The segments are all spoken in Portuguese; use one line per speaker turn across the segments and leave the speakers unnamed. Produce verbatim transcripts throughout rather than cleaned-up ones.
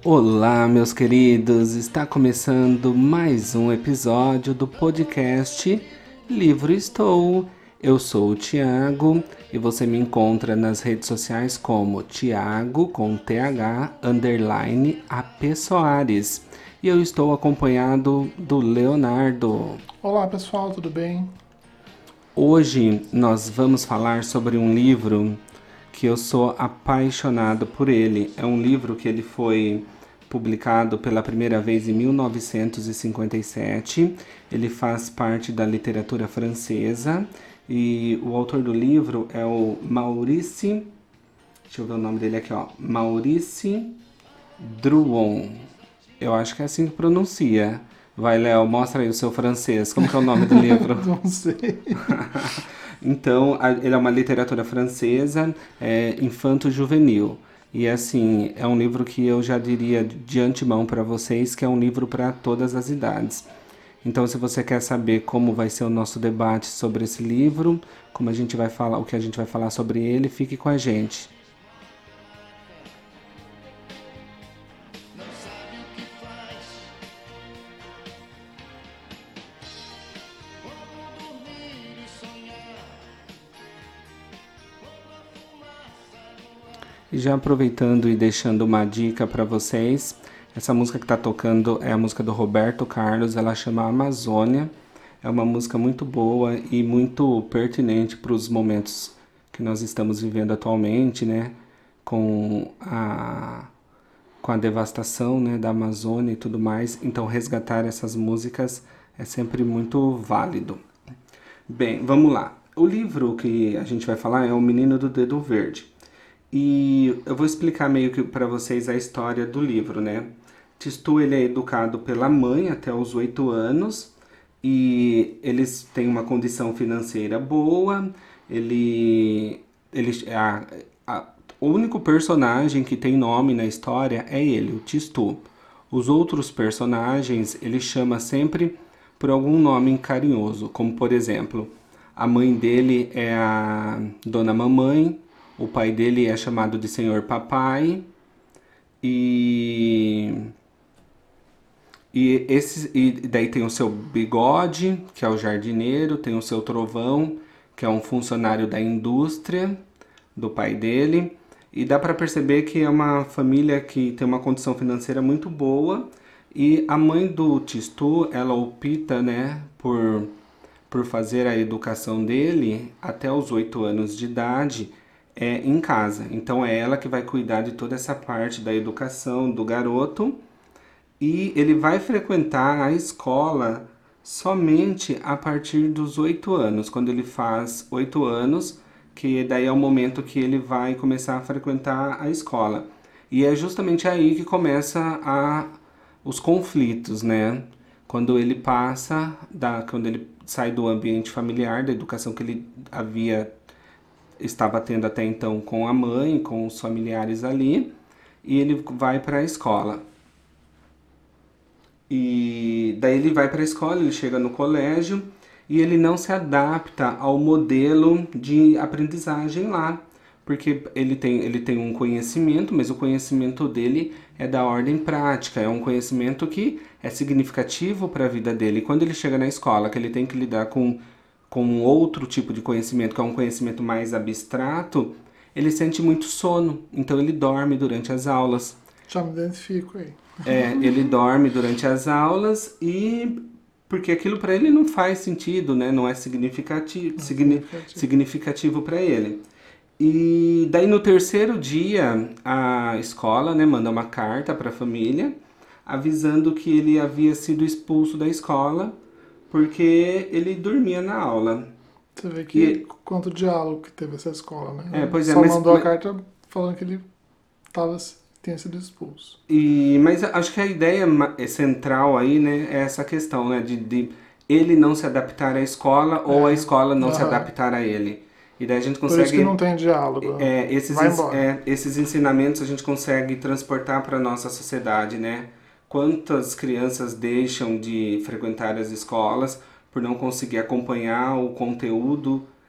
Olá, meus queridos! Está começando mais um episódio do podcast Livro Estou. Eu sou o Tiago e você me encontra nas redes sociais como Tiago com T H underline A P Soares. E eu estou acompanhado do Leonardo.
Olá pessoal, tudo bem?
Hoje nós vamos falar sobre um livro que eu sou apaixonado por ele. É um livro que ele foi publicado pela primeira vez em mil novecentos e cinquenta e sete. Ele faz parte da literatura francesa e o autor do livro é o Maurice, deixa eu ver o nome dele aqui, ó, Maurice Druon. Eu acho que é assim que pronuncia. Vai, Léo, mostra aí o seu francês. Como que é o nome do livro?
Não sei.
Então, a- ele é uma literatura francesa, é, infanto-juvenil. E assim, é um livro que eu já diria de antemão para vocês que é um livro para todas as idades. Então, se você quer saber como vai ser o nosso debate sobre esse livro, como a gente vai falar, o que a gente vai falar sobre ele, fique com a gente. E já aproveitando e deixando uma dica para vocês, essa música que está tocando é a música do Roberto Carlos, ela chama Amazônia. É uma música muito boa e muito pertinente para os momentos que nós estamos vivendo atualmente, né? Com a, com a devastação, né, da Amazônia e tudo mais. Então, resgatar essas músicas é sempre muito válido. Bem, vamos lá. O livro que a gente vai falar é O Menino do Dedo Verde. E eu vou explicar meio que para vocês a história do livro, né? Tistu, ele é educado pela mãe até os oito anos e eles têm uma condição financeira boa. Ele, ele a, a, o único personagem que tem nome na história é ele, o Tistu. Os outros personagens ele chama sempre por algum nome carinhoso, como por exemplo, a mãe dele é a Dona Mamãe, o pai dele é chamado de Senhor Papai e e esse e daí tem o seu Bigode, que é o jardineiro, tem o seu Trovão, que é um funcionário da indústria do pai dele, e dá para perceber que é uma família que tem uma condição financeira muito boa, e a mãe do Tistu, ela opta, né, por por fazer a educação dele até os oito anos de idade é, em casa. Então é ela que vai cuidar de toda essa parte da educação do garoto e ele vai frequentar a escola somente a partir dos oito anos, quando ele faz oito anos, que daí é o momento que ele vai começar a frequentar a escola. E é justamente aí que começa a, os conflitos, né? Quando ele passa, da, quando ele sai do ambiente familiar, da educação que ele havia estava tendo até então com a mãe, com os familiares ali, e ele vai para a escola. E daí ele vai para a escola, ele chega no colégio e ele não se adapta ao modelo de aprendizagem lá, porque ele tem, ele tem um conhecimento, mas o conhecimento dele é da ordem prática, é um conhecimento que é significativo para a vida dele. E quando ele chega na escola, que ele tem que lidar com, com outro tipo de conhecimento, que é um conhecimento mais abstrato, ele sente muito sono, então ele dorme durante as aulas.
Já me identifico aí.
É, ele dorme durante as aulas e porque aquilo para ele não faz sentido, né? Não é significativo,
Não é
signi-
significativo.
significativo para ele. E daí no terceiro dia a escola, né, manda uma carta para a família avisando que ele havia sido expulso da escola porque ele dormia na aula.
Você vê que
E
quanto diálogo que teve essa escola, né?
é, pois é,
Só
mas,
mandou a
mas
carta falando que ele tava, tinha sido expulso.
E, mas acho que a ideia ma- é central aí, né, é essa questão, né, de, de ele não se adaptar à escola ou a
É,
escola não se
aham.
adaptar a ele. E daí a gente
Por isso que não
consegue,
tem diálogo.
é, esses,
Vai
ens-
embora.
é, esses ensinamentos a gente consegue transportar para a nossa sociedade, né? Quantas crianças deixam de frequentar as escolas por não conseguir acompanhar o conteúdo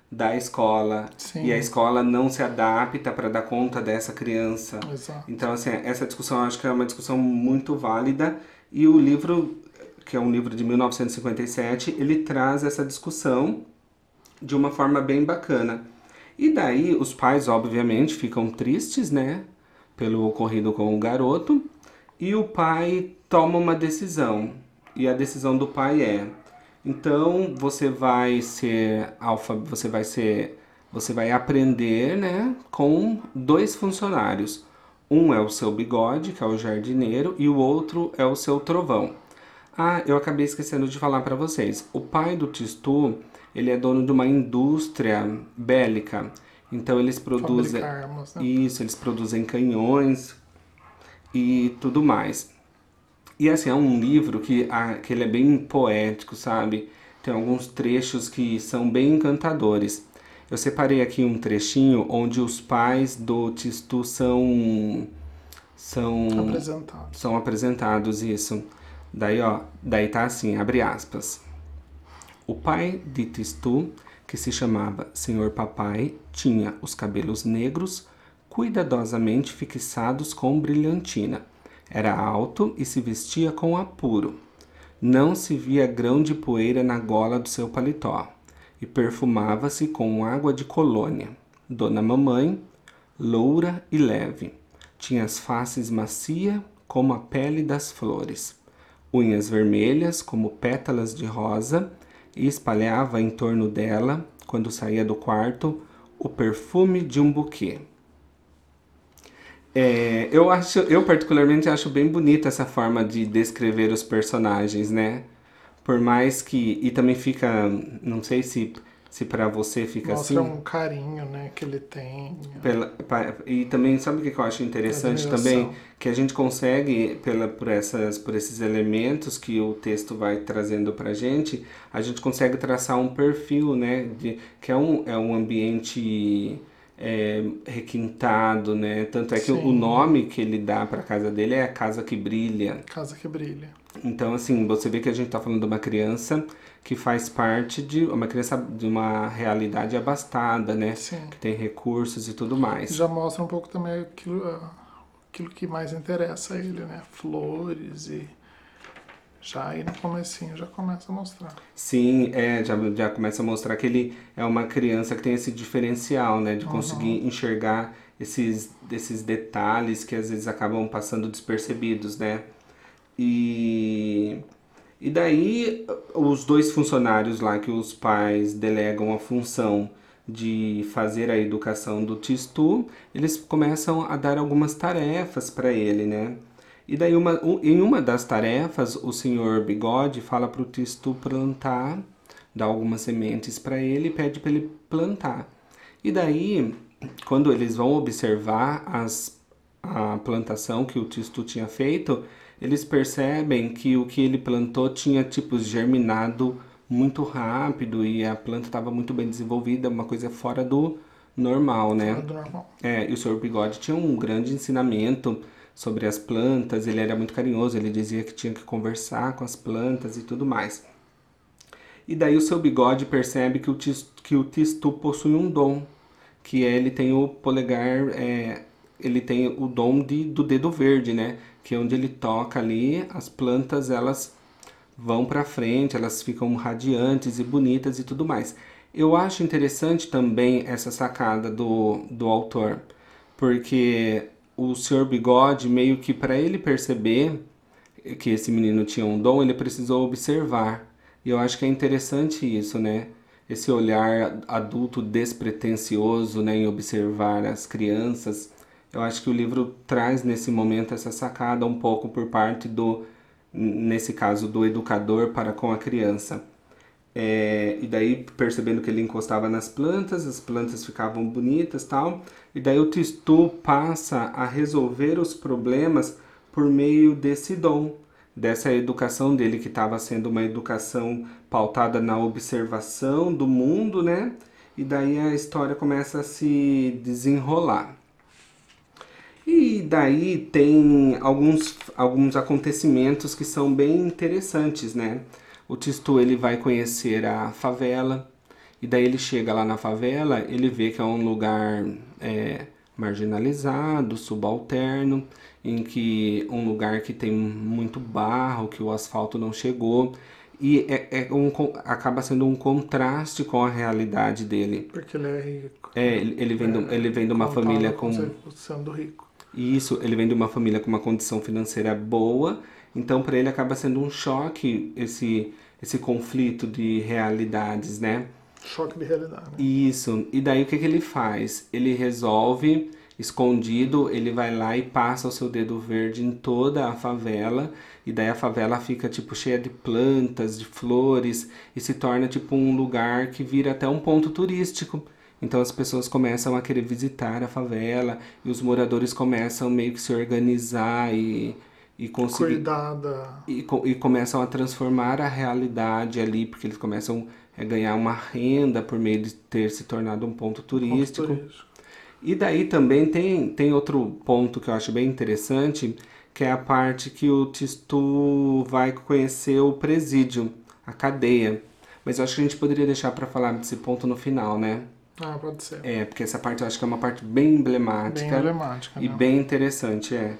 da escola
Sim.
e a escola não se adapta para dar conta dessa criança.
Exato.
Então, assim, essa discussão eu acho que é uma discussão muito válida e o livro, que é um livro de mil novecentos e cinquenta e sete, ele traz essa discussão de uma forma bem bacana. E daí os pais, obviamente, ficam tristes, né, pelo ocorrido com o garoto, e o pai toma uma decisão. E a decisão do pai é: então você vai ser alfa, você vai ser, você vai aprender, né, com dois funcionários. Um é o seu bigode, que é o jardineiro, e o outro é o seu trovão. Ah, eu acabei esquecendo de falar para vocês. O pai do Tistu, ele é dono de uma indústria bélica. Então eles produzem
Fabricar armas, né?
isso, eles produzem canhões e tudo mais. E assim, é um livro que, ah, que ele é bem poético, sabe? Tem alguns trechos que são bem encantadores. Eu separei aqui um trechinho onde os pais do Tistu são são
Apresentado.
são apresentados, isso. Daí, ó, daí tá assim, abre aspas. O pai de Tistu, que se chamava senhor Papai, tinha os cabelos negros cuidadosamente fixados com brilhantina. Era alto e se vestia com apuro. Não se via grão de poeira na gola do seu paletó e perfumava-se com água de colônia. Dona Mamãe, loura e leve, tinha as faces macia como a pele das flores, unhas vermelhas como pétalas de rosa, e espalhava em torno dela, quando saía do quarto, o perfume de um buquê. É, eu acho, eu particularmente acho bem bonita essa forma de descrever os personagens, né? Por mais que, e também fica, não sei se se para você fica
Mostra
assim.
um carinho, né, que ele tem.
Pela, pa- e também, sabe o que que eu acho interessante também?
Admiração.
Que a gente consegue, pela, por, essas, por esses elementos que o texto vai trazendo pra gente, a gente consegue traçar um perfil, né? De, que é um, é um ambiente é, requintado, né? Tanto é que o
Sim.
nome que ele dá pra casa dele é a Casa que Brilha.
Casa que brilha.
Então, assim, você vê que a gente tá falando de uma criança que faz parte de uma criança de uma realidade abastada, né?
Sim.
Que tem recursos e tudo mais.
Já mostra um pouco também aquilo, ah, aquilo que mais interessa a ele, né? Flores e já aí no comecinho já começa a mostrar.
Sim, é, já, já começa a mostrar que ele é uma criança que tem esse diferencial, né? De conseguir enxergar esses, esses detalhes que às vezes acabam passando despercebidos, né? E, e daí os dois funcionários lá que os pais delegam a função de fazer a educação do Tistu, eles começam a dar algumas tarefas para ele, né? E daí uma, um- em uma das tarefas, o senhor Bigode fala para o Tistu plantar, dá algumas sementes para ele e pede para ele plantar. E daí, quando eles vão observar as, a plantação que o Tistu tinha feito, eles percebem que o que ele plantou tinha tipo germinado muito rápido e a planta estava muito bem desenvolvida, uma coisa fora do normal, né?
Fora do normal.
É, e o senhor Bigode tinha um grande ensinamento sobre as plantas, ele era muito carinhoso, ele dizia que tinha que conversar com as plantas e tudo mais. E daí o seu Bigode percebe que o Tis- que o Tistu possui um dom, que é ele tem o polegar, é, ele tem o dom de, do dedo verde, né? Que é onde ele toca ali, as plantas elas vão para frente, elas ficam radiantes e bonitas e tudo mais. Eu acho interessante também essa sacada do, do autor, porque o senhor Bigode, meio que para ele perceber que esse menino tinha um dom, ele precisou observar. E eu acho que é interessante isso, né? Esse olhar adulto despretensioso, né, em observar as crianças. Eu acho que o livro traz nesse momento essa sacada um pouco por parte do, nesse caso, do educador para com a criança. É, e daí percebendo que ele encostava nas plantas, as plantas ficavam bonitas e tal. E daí o Tistu passa a resolver os problemas por meio desse dom, dessa educação dele, que estava sendo uma educação pautada na observação do mundo, né? E daí a história começa a se desenrolar. E daí tem alguns, alguns acontecimentos que são bem interessantes, né? O Tistu ele vai conhecer a favela E daí ele chega lá na favela, ele vê que é um lugar é, marginalizado, subalterno, em que um lugar que tem muito barro, que o asfalto não chegou, e é, é um, acaba sendo um contraste com a realidade dele.
Porque ele é rico.
É, ele, ele vem, do,
É,
ele vem de uma família com...
sendo rico.
Isso, ele vem de uma família com uma condição financeira boa, então para ele acaba sendo um choque esse, esse conflito de realidades, né?
Choque de realidade. Né?
Isso, e daí o que, que ele faz? Ele resolve, escondido, ele vai lá e passa o seu dedo verde em toda a favela, e daí a favela fica tipo cheia de plantas, de flores, e se torna tipo um lugar que vira até um ponto turístico. Então as pessoas começam a querer visitar a favela e os moradores começam meio que se organizar e, e conseguir
Cuidada.
e, co- e começam a transformar a realidade ali, porque eles começam a ganhar uma renda por meio de ter se tornado um ponto
Ponto
turístico.
turístico.
E daí também tem, tem outro ponto que eu acho bem interessante, que é a parte que o Tistu vai conhecer o presídio, a cadeia. Mas eu acho que a gente poderia deixar para falar desse ponto no final, né?
Ah, pode ser.
É, porque essa parte eu acho que é uma parte bem emblemática.
Bem emblemática,
E
né?
bem interessante, é.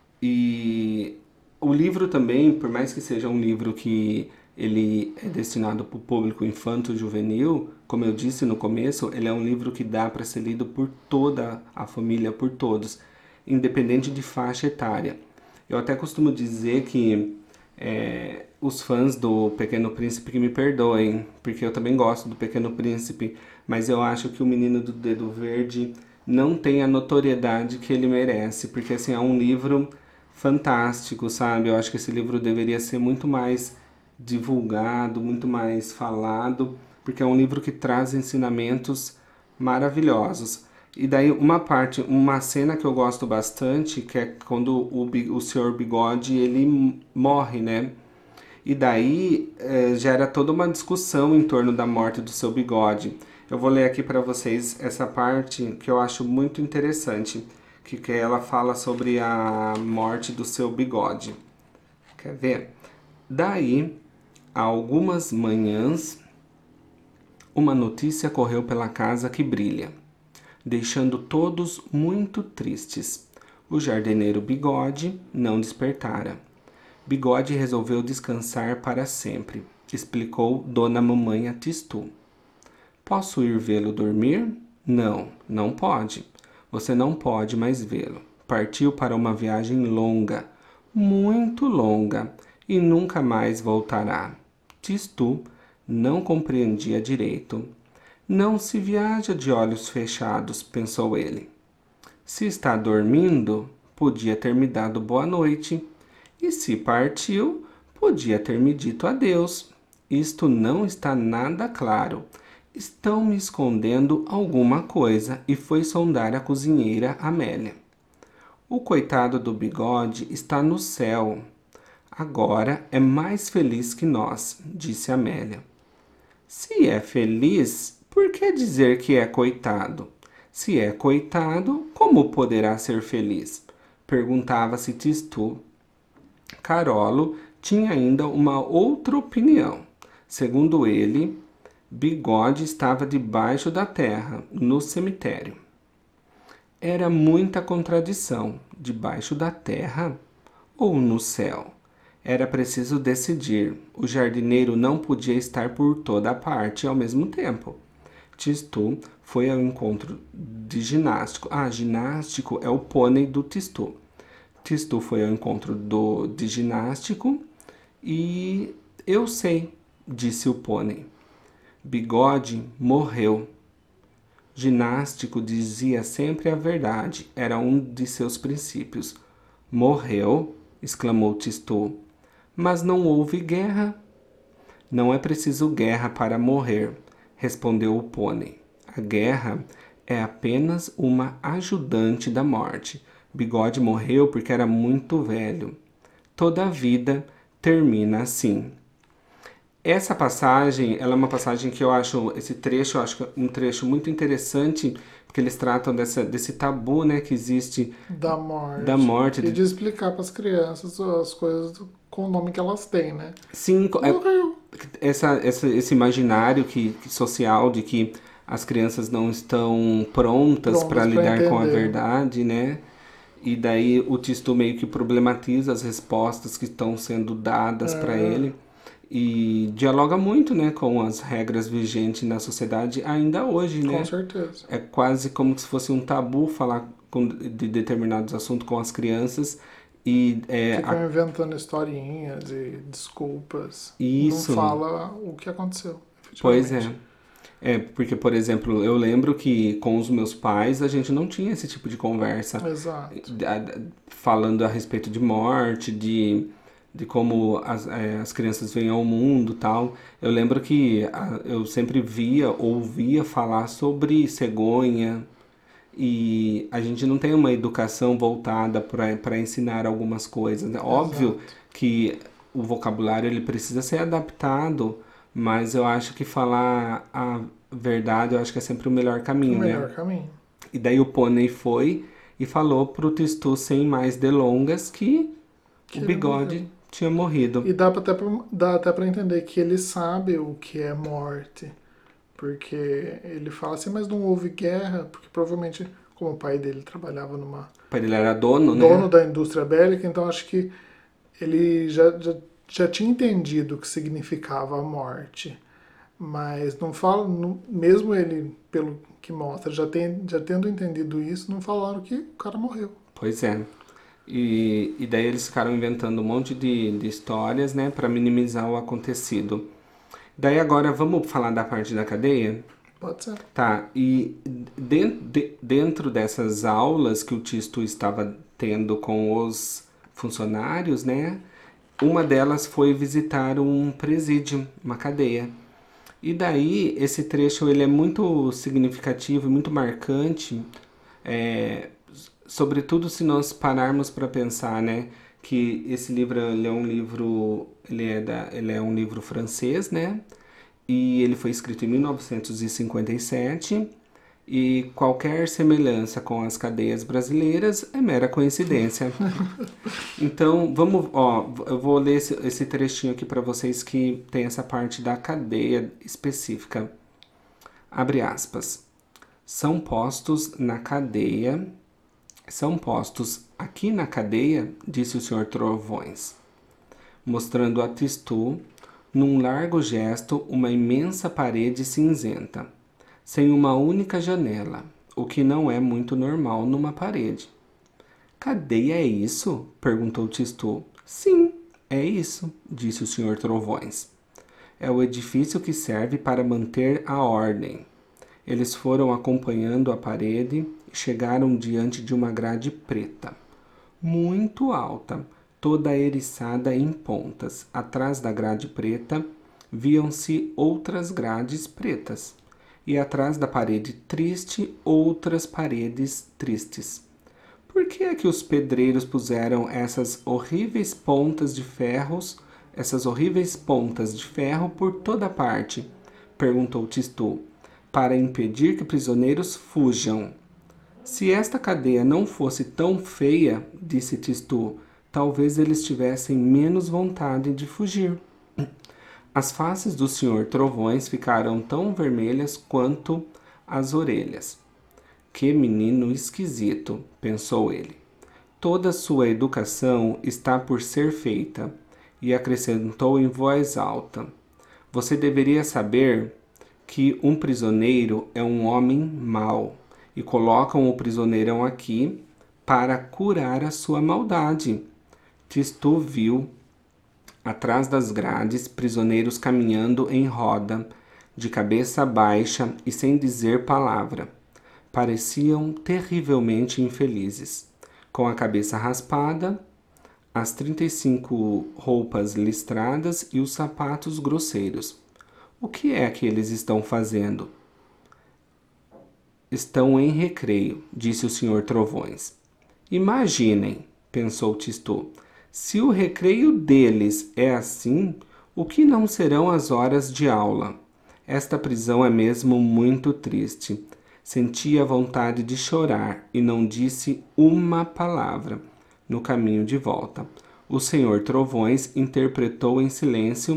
E o livro também, por mais que seja um livro que ele é destinado para o público infanto-juvenil, como eu disse no começo, ele é um livro que dá para ser lido por toda a família, por todos, independente de faixa etária. Eu até costumo dizer que é, os fãs do Pequeno Príncipe que me perdoem, porque eu também gosto do Pequeno Príncipe, mas eu acho que o Menino do Dedo Verde não tem a notoriedade que ele merece, porque assim, é um livro fantástico, sabe? Eu acho que esse livro deveria ser muito mais divulgado, muito mais falado, porque é um livro que traz ensinamentos maravilhosos. E daí uma parte, uma cena que eu gosto bastante, que é quando o, Bi- o senhor Bigode, ele morre, né? E daí eh, gera toda uma discussão em torno da morte do seu Bigode. Eu vou ler aqui para vocês essa parte que eu acho muito interessante, que, que ela fala sobre a morte do seu Bigode. Quer ver? Daí, há algumas manhãs, uma notícia correu pela casa que brilha, deixando todos muito tristes. O jardineiro Bigode não despertara. Bigode resolveu descansar para sempre, explicou Dona Mamãe a Tistu. Posso ir vê-lo dormir? Não, não pode. Você não pode mais vê-lo. Partiu para uma viagem longa, muito longa, e nunca mais voltará. Tistu não compreendia direito. Não se viaja de olhos fechados, pensou ele. Se está dormindo, podia ter me dado boa noite. E se partiu, podia ter me dito adeus. Isto não está nada claro. Estão me escondendo alguma coisa, e foi sondar a cozinheira Amélia. O coitado do Bigode está no céu. Agora é mais feliz que nós, disse Amélia. Se é feliz, por que dizer que é coitado? Se é coitado, como poderá ser feliz? Perguntava-se Tistu. Carolo tinha ainda uma outra opinião. Segundo ele, Bigode estava debaixo da terra, no cemitério. Era muita contradição, debaixo da terra ou no céu. Era preciso decidir. O jardineiro não podia estar por toda parte ao mesmo tempo. Tistu foi ao encontro de ginástico. Ah, ginástico é o pônei do Tistu. Tistu foi ao encontro do, de ginástico e eu sei, disse o pônei. Bigode morreu. Ginástico dizia sempre a verdade, era um de seus princípios. Morreu, exclamou Tistu. Mas não houve guerra. Não é preciso guerra para morrer, respondeu o pônei. A guerra é apenas uma ajudante da morte. Bigode morreu porque era muito velho. Toda a vida termina assim. Essa passagem, ela é uma passagem que eu acho, esse trecho, eu acho um trecho muito interessante, porque eles tratam dessa, desse tabu, né, que existe
Da morte.
da morte.
E
De...
de explicar para as crianças as coisas com o nome que elas têm, né?
Sim, é,
Morreu.
essa, essa, esse imaginário que, que social de que as crianças não estão prontas para
Prontas para
lidar com a
entender.
verdade, né? E daí o Tistu meio que problematiza as respostas que estão sendo dadas para
É,
ele e dialoga muito, né, com as regras vigentes na sociedade ainda hoje,
com
né?
certeza.
É quase como se fosse um tabu falar com, de determinados assuntos com as crianças e é, a-
Ficam inventando historinhas e desculpas. Não
isso,
fala o que aconteceu,
pois
efetivamente.
é. É, porque, por exemplo, eu lembro que com os meus pais a gente não tinha esse tipo de conversa
Exato.
a- falando a respeito de morte, de, de como as, é, as crianças vêm ao mundo e tal. Eu lembro que a- eu sempre via, ouvia falar sobre cegonha e a gente não tem uma educação voltada para ensinar algumas coisas, né? Óbvio
Exato.
que o vocabulário ele precisa ser adaptado, mas eu acho que falar a verdade eu acho que é sempre o melhor
O
caminho, né?
melhor caminho.
E daí o pônei foi e falou pro Tistu sem mais delongas que o
Que ele morreu.
bigode tinha morrido.
E dá, pra até, pra- dá até pra entender que ele sabe o que é morte. Porque ele fala assim, mas não houve guerra, porque provavelmente, como o pai dele trabalhava numa
O pai dele era dono,
dono
né?
da indústria bélica, então acho que ele já, já, já tinha entendido o que significava a morte. Mas não fala, não- mesmo ele, pelo que mostra, já, tem, já tendo entendido isso, não falaram que o cara morreu.
Pois é. E, e daí eles ficaram inventando um monte de, de histórias, né, para minimizar o acontecido. Daí agora vamos falar da parte da cadeia?
Pode ser.
Tá, e de- de- dentro dessas aulas que o Tisto estava tendo com os funcionários, né, uma delas foi visitar um presídio, uma cadeia. E daí esse trecho ele é muito significativo, muito marcante, é, sobretudo se nós pararmos para pensar, né, que esse livro ele é um livro, ele é da, ele é um livro francês, né? E ele foi escrito em mil novecentos e cinquenta e sete e qualquer semelhança com as cadeias brasileiras é mera coincidência. Então, vamos, ó, eu vou ler esse, esse trechinho aqui para vocês que tem essa parte da cadeia específica. Abre aspas. São postos na cadeia, são postos aqui na cadeia, disse o senhor Trovões, mostrando a Tistu, num largo gesto, uma imensa parede cinzenta, sem uma única janela, o que não é muito normal numa parede. Cadeia é isso? Perguntou Tistu. Sim, é isso, disse o senhor Trovões. É o edifício que serve para manter a ordem. Eles foram acompanhando a parede e chegaram diante de uma grade preta, muito alta, toda eriçada em pontas. Atrás da grade preta viam-se outras grades pretas, e atrás da parede triste outras paredes tristes. Por que é que os pedreiros puseram essas horríveis pontas de ferros, essas horríveis pontas de ferro por toda parte? Perguntou Tistu. Para impedir que prisioneiros fujam. Se esta cadeia não fosse tão feia, disse Tistu, talvez eles tivessem menos vontade de fugir. As faces do senhor Trovões ficaram tão vermelhas quanto as orelhas. Que menino esquisito, pensou ele. Toda sua educação está por ser feita. E acrescentou em voz alta: Você deveria saber que um prisioneiro é um homem mau e colocam o prisioneirão aqui para curar a sua maldade. Tistu viu, atrás das grades, prisioneiros caminhando em roda, de cabeça baixa e sem dizer palavra. Pareciam terrivelmente infelizes, com a cabeça raspada, as trinta e cinco roupas listradas e os sapatos grosseiros. O que é que eles estão fazendo? Estão em recreio, disse o senhor Trovões. Imaginem, pensou Tistu, se o recreio deles é assim, o que não serão as horas de aula? Esta prisão é mesmo muito triste. Sentia vontade de chorar e não disse uma palavra. No caminho de volta, o senhor Trovões interpretou em silêncio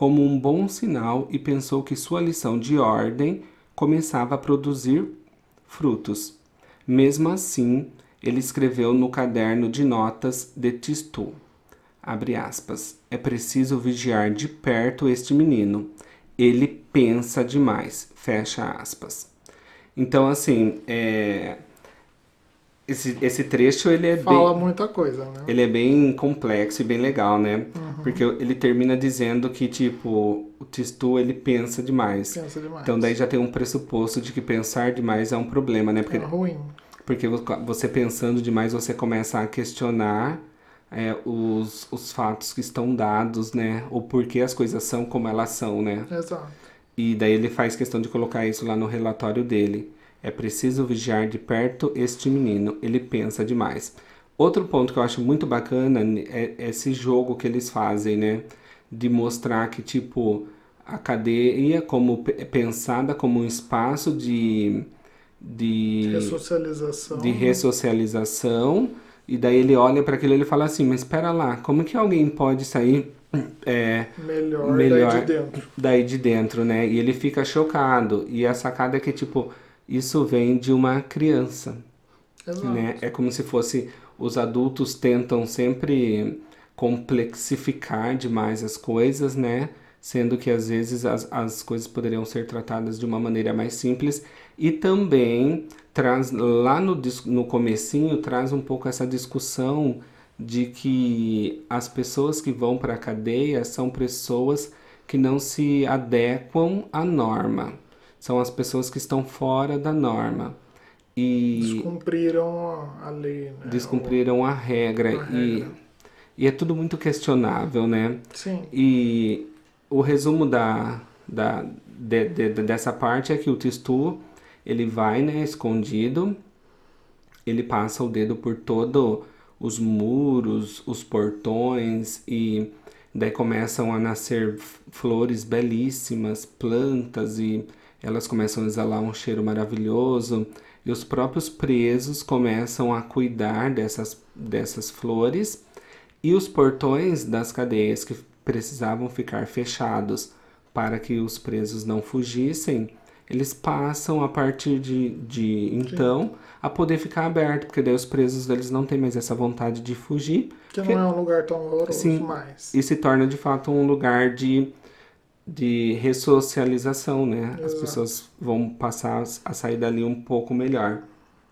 como um bom sinal e pensou que sua lição de ordem começava a produzir frutos. Mesmo assim, ele escreveu no caderno de notas de Tistou, abre aspas, é preciso vigiar de perto este menino. Ele pensa demais, fecha aspas. Então, assim, é, esse, esse trecho ele é
Fala
bem,
muita coisa, né?
ele é bem complexo e bem legal, né?
Uhum.
Porque ele termina dizendo que, tipo, o Tistou, ele pensa demais.
Pensa demais.
Então, daí já tem um pressuposto de que pensar demais é um problema, né? Porque,
É ruim.
porque você pensando demais, você começa a questionar é, os, os fatos que estão dados, né? O porquê as coisas são como elas são, né?
Exato.
E daí ele faz questão de colocar isso lá no relatório dele. É preciso vigiar de perto este menino, ele pensa demais. Outro ponto que eu acho muito bacana é esse jogo que eles fazem, né? De mostrar que, tipo, a cadeia como pensada como um espaço de, de,
Ressocialização,
de
né?
ressocialização, e daí ele olha para aquilo e ele fala assim, mas espera lá, como que alguém pode sair é,
Melhor,
melhor
daí de dentro.
daí de dentro, né? E ele fica chocado. E a sacada é que, tipo, isso vem de uma criança, né?
Exato.
É como se fosse os adultos tentam sempre complexificar demais as coisas, né? Sendo que às vezes as, as coisas poderiam ser tratadas de uma maneira mais simples e também traz lá no, dis- no comecinho traz um pouco essa discussão de que as pessoas que vão para a cadeia são pessoas que não se adequam à norma, são as pessoas que estão fora da norma e
Descumpriram a lei, né? Ou
descumpriram a regra
a
e,
regra.
e é tudo muito questionável, né?
Sim.
E o resumo da, da, de, de, dessa parte é que o Tistu, ele vai, né, escondido, ele passa o dedo por todo os muros, os portões e daí começam a nascer flores belíssimas, plantas e elas começam a exalar um cheiro maravilhoso e os próprios presos começam a cuidar dessas, dessas flores e os portões das cadeias que precisavam ficar fechados para que os presos não fugissem, eles passam a partir de, de
Sim.
então a poder ficar aberto, porque daí os presos eles não têm mais essa vontade de fugir,
Que não é um lugar tão horroroso
sim,
mais.
e se torna de fato um lugar de, de ressocialização, né? As
Exato.
pessoas vão passar a sair dali um pouco melhor.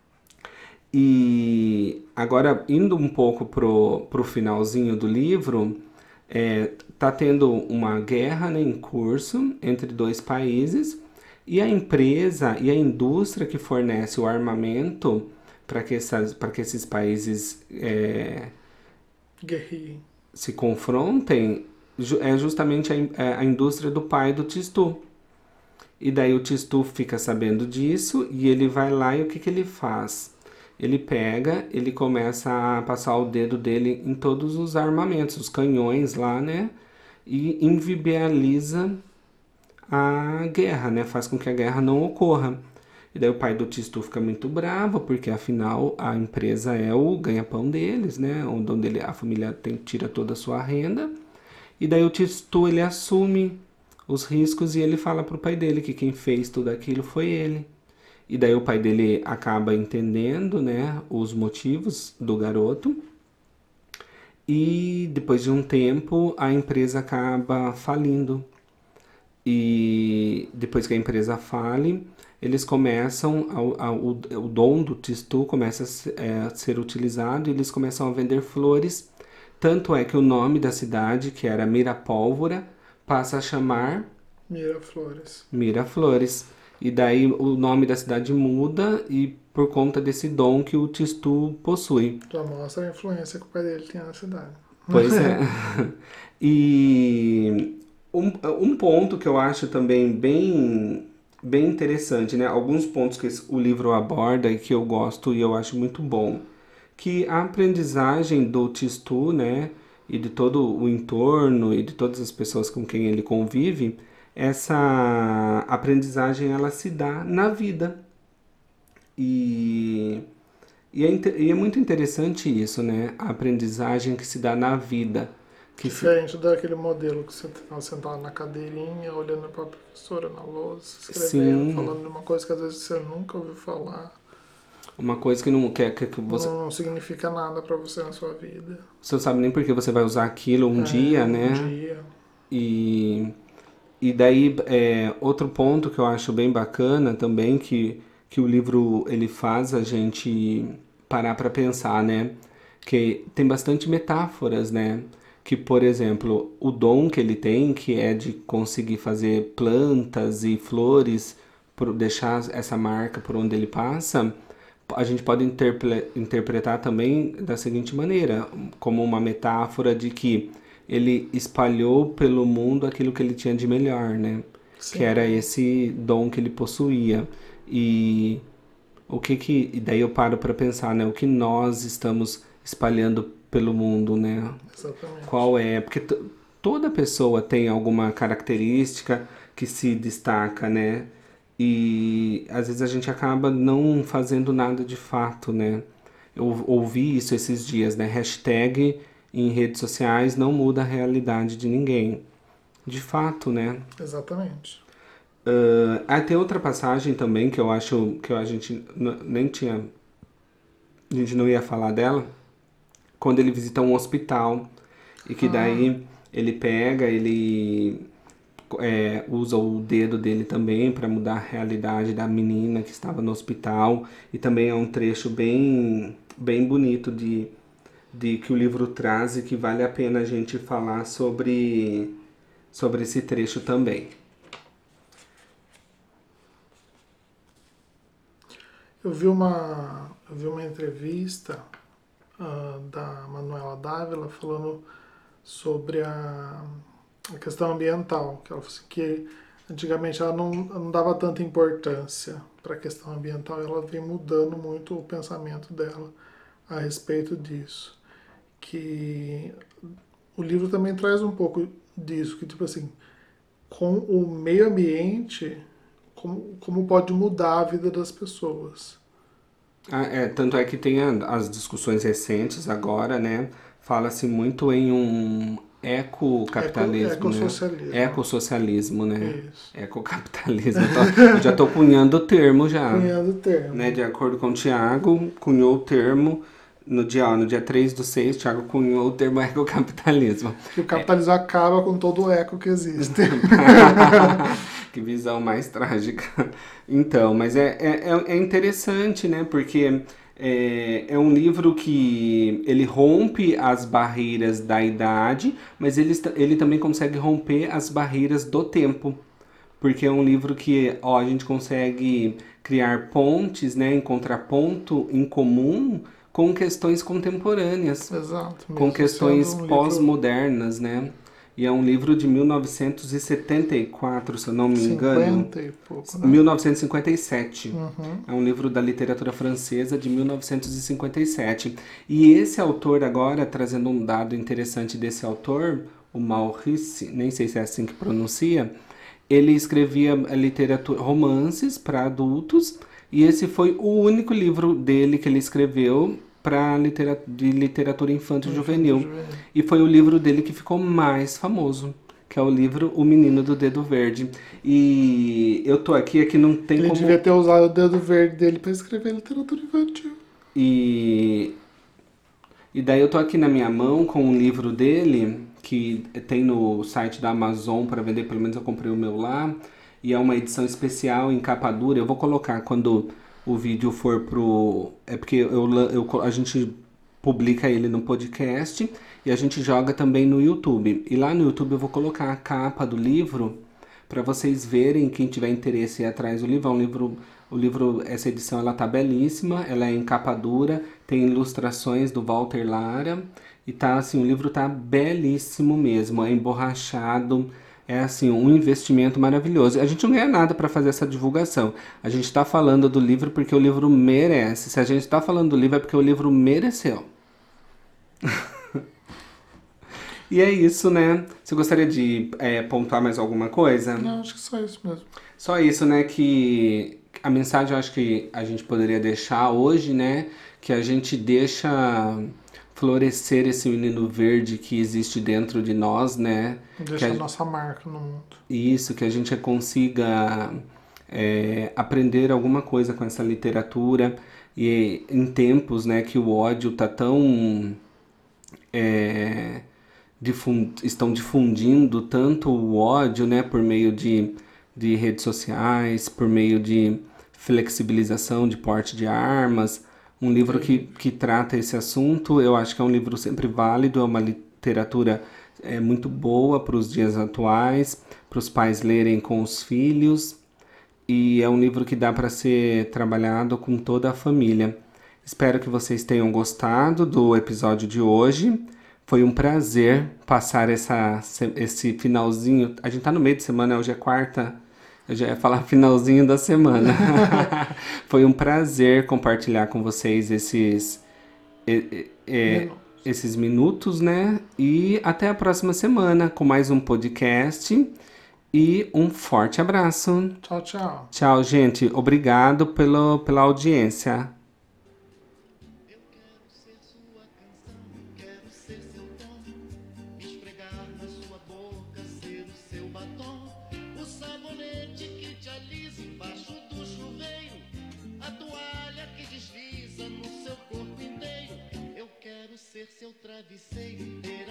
E agora, indo um pouco pro, pro finalzinho do livro, é, tá tendo uma guerra, né, em curso entre dois países e a empresa e a indústria que fornece o armamento para que, essas, para que esses países é,
Guerrilha.
se confrontem ju- é justamente a, in- é a indústria do pai do Tistu. E daí o Tistu fica sabendo disso e ele vai lá e o que, que ele faz? Ele pega, ele começa a passar o dedo dele em todos os armamentos, os canhões lá, né? E invibializa a guerra, né? Faz com que a guerra não ocorra. E daí o pai do Tistu fica muito bravo, porque afinal a empresa é o ganha-pão deles, né? Onde ele, a família tem, tira toda a sua renda. E daí o Tistu ele assume os riscos e ele fala pro pai dele que quem fez tudo aquilo foi ele. E daí o pai dele acaba entendendo, né, os motivos do garoto. E depois de um tempo a empresa acaba falindo. E depois que a empresa fale, eles começam, a, a, o, o dom do Tistu começa a se- é, a ser utilizado e eles começam a vender flores. Tanto é que o nome da cidade, que era Mirapólvora, passa a chamar
Miraflores.
Miraflores. E daí o nome da cidade muda e por conta desse dom que o Tistu possui.
Já mostra a influência que o pai dele tinha na cidade.
Pois é. E um, um ponto que eu acho também bem, bem interessante, né? Alguns pontos que esse- o livro aborda e que eu gosto e eu acho muito bom. Que a aprendizagem do Tistu, né? E de todo o entorno e de todas as pessoas com quem ele convive, essa aprendizagem ela se dá na vida. E, e, é, inte- e é muito interessante isso, né? A aprendizagem que se dá na vida. Que se-
Diferente daquele modelo que você estava sentado na cadeirinha, olhando para a professora na lousa, escrevendo,
Sim,
falando de uma coisa que às vezes você nunca ouviu falar,
uma coisa que não quer que, que você,
não significa nada para você na sua vida.
você não sabe nem por que você vai usar aquilo um
É,
dia,
um
né?
dia.
E, e daí, é, outro ponto que eu acho bem bacana também, que, que o livro ele faz a gente parar para pensar, né? Que tem bastante metáforas, né? Que, por exemplo, o dom que ele tem, que é de conseguir fazer plantas e flores, por deixar essa marca por onde ele passa, a gente pode interple- interpretar também da seguinte maneira, como uma metáfora de que ele espalhou pelo mundo aquilo que ele tinha de melhor, né? Que era
Sim,
esse dom que ele possuía. E o que que, e daí eu paro para pensar, né? O que nós estamos espalhando pelo mundo, né?
exatamente.
Qual é? Porque t- toda pessoa tem alguma característica que se destaca, né? E às vezes a gente acaba não fazendo nada de fato, né? Eu ouvi isso esses dias, né? Hashtag em redes sociais não muda a realidade de ninguém. De fato, né?
Exatamente.
Uh, ah, tem outra passagem também que eu acho que a gente n- nem tinha, a gente não ia falar dela, quando ele visita um hospital e que
Ah,
daí ele pega, ele é, usa o dedo dele também para mudar a realidade da menina que estava no hospital e também é um trecho bem bem bonito de, de que o livro traz e que vale a pena a gente falar sobre sobre esse trecho também.
eu vi uma, eu vi uma entrevista ah, da Manuela Dávila falando sobre a, a questão ambiental, que ela falou assim, que antigamente ela não, não dava tanta importância para a questão ambiental, ela vem mudando muito o pensamento dela a respeito disso. Que o livro também traz um pouco disso, que tipo assim, com o meio ambiente, como, como pode mudar a vida das pessoas.
Ah, é, tanto é que tem a- as discussões recentes agora, né? Fala-se muito em um
Eco,
ecocapitalismo, né?
ecossocialismo.
Ecossocialismo, né?
Isso.
Ecocapitalismo. Eu, tô- eu já tô cunhando o termo já,
Cunhando o
né?
termo.
De acordo com o Tiago, cunhou o termo no dia, ó, no dia três do seis, Tiago cunhou o termo ecocapitalismo.
Que o capitalismo acaba com todo o eco que existe.
Que visão mais trágica. Então, mas é, é, é é interessante, né? Porque é, é um livro que ele rompe as barreiras da idade, mas ele, está- ele também consegue romper as barreiras do tempo. Porque é um livro que, ó, a gente consegue criar pontes, né? Encontrar ponto em comum com questões contemporâneas,
Exato,
com
mesmo sendo
questões
um livro
pós-modernas, né? E é um livro de mil novecentos e setenta e quatro, se eu não me engano,
cinquenta e pouco, né?
mil novecentos e cinquenta e sete.
Uhum.
É um livro da literatura francesa de mil novecentos e cinquenta e sete. E esse autor agora, trazendo um dado interessante desse autor, o Maurice, nem sei se é assim que pronuncia, ele escrevia literatura, romances para adultos e esse foi o único livro dele que ele escreveu para literatura, de literatura
O Infanto
infanto-juvenil.
Juvenil.
E foi o livro dele que ficou mais famoso, que é o livro O Menino do Dedo Verde. E eu tô aqui, aqui não tem
Ele devia
como.
ter usado o dedo verde dele para escrever literatura infantil.
E, e daí eu tô aqui na minha mão com um livro dele, que tem no site da Amazon para vender, pelo menos eu comprei o meu lá, e é uma edição especial em capa dura. Eu vou colocar quando o vídeo for pro. É porque eu, lan- eu, co- a gente publica ele no podcast e a gente joga também no YouTube. E lá no YouTube eu vou colocar a capa do livro para vocês verem, quem tiver interesse em ir atrás do livro. É um livro, o livro, essa edição ela tá belíssima, ela é em capa dura, tem ilustrações do Walter Lara e tá assim, o livro tá belíssimo mesmo, é emborrachado, é assim, um investimento maravilhoso. A gente não ganha nada para fazer essa divulgação. A gente está falando do livro porque o livro merece. Se a gente está falando do livro é porque o livro mereceu. E é isso, né? Você gostaria de é, pontuar mais alguma coisa?
Não, acho que só isso mesmo.
Só isso, né? Que a mensagem eu acho que a gente poderia deixar hoje, né? Que a gente deixa florescer esse menino verde que existe dentro de nós, né?
Deixar
Que
a
a-
nossa marca no mundo.
Isso, que a gente consiga é, aprender alguma coisa com essa literatura e em tempos, né, que o ódio tá tão é, difun- estão difundindo tanto o ódio, né, por meio de, de redes sociais, por meio de flexibilização de porte de armas. Um livro que,
Terrível.
que trata esse assunto, eu acho que é um livro sempre válido, é uma literatura é, muito boa para os dias atuais, para os pais lerem com os filhos, e é um livro que dá para ser trabalhado com toda a família. Espero que vocês tenham gostado do episódio de hoje. Foi um prazer passar essa, esse finalzinho. A gente tá no meio de semana, hoje é quarta. Eu já ia falar finalzinho da semana. Foi um prazer compartilhar com vocês esses, e- e- é,
Menos.
esses minutos, né? E até a próxima semana com mais um podcast. E um forte abraço.
Tchau, tchau.
Tchau, gente. Obrigado pelo, pela audiência.
Eu quero ser sua canção, quero ser seu tom, me esfregar na sua boca, ser o seu batom, o sabonete que te alisa embaixo do chuveiro, a toalha que desliza no seu corpo inteiro. Eu quero ser seu travesseiro, ter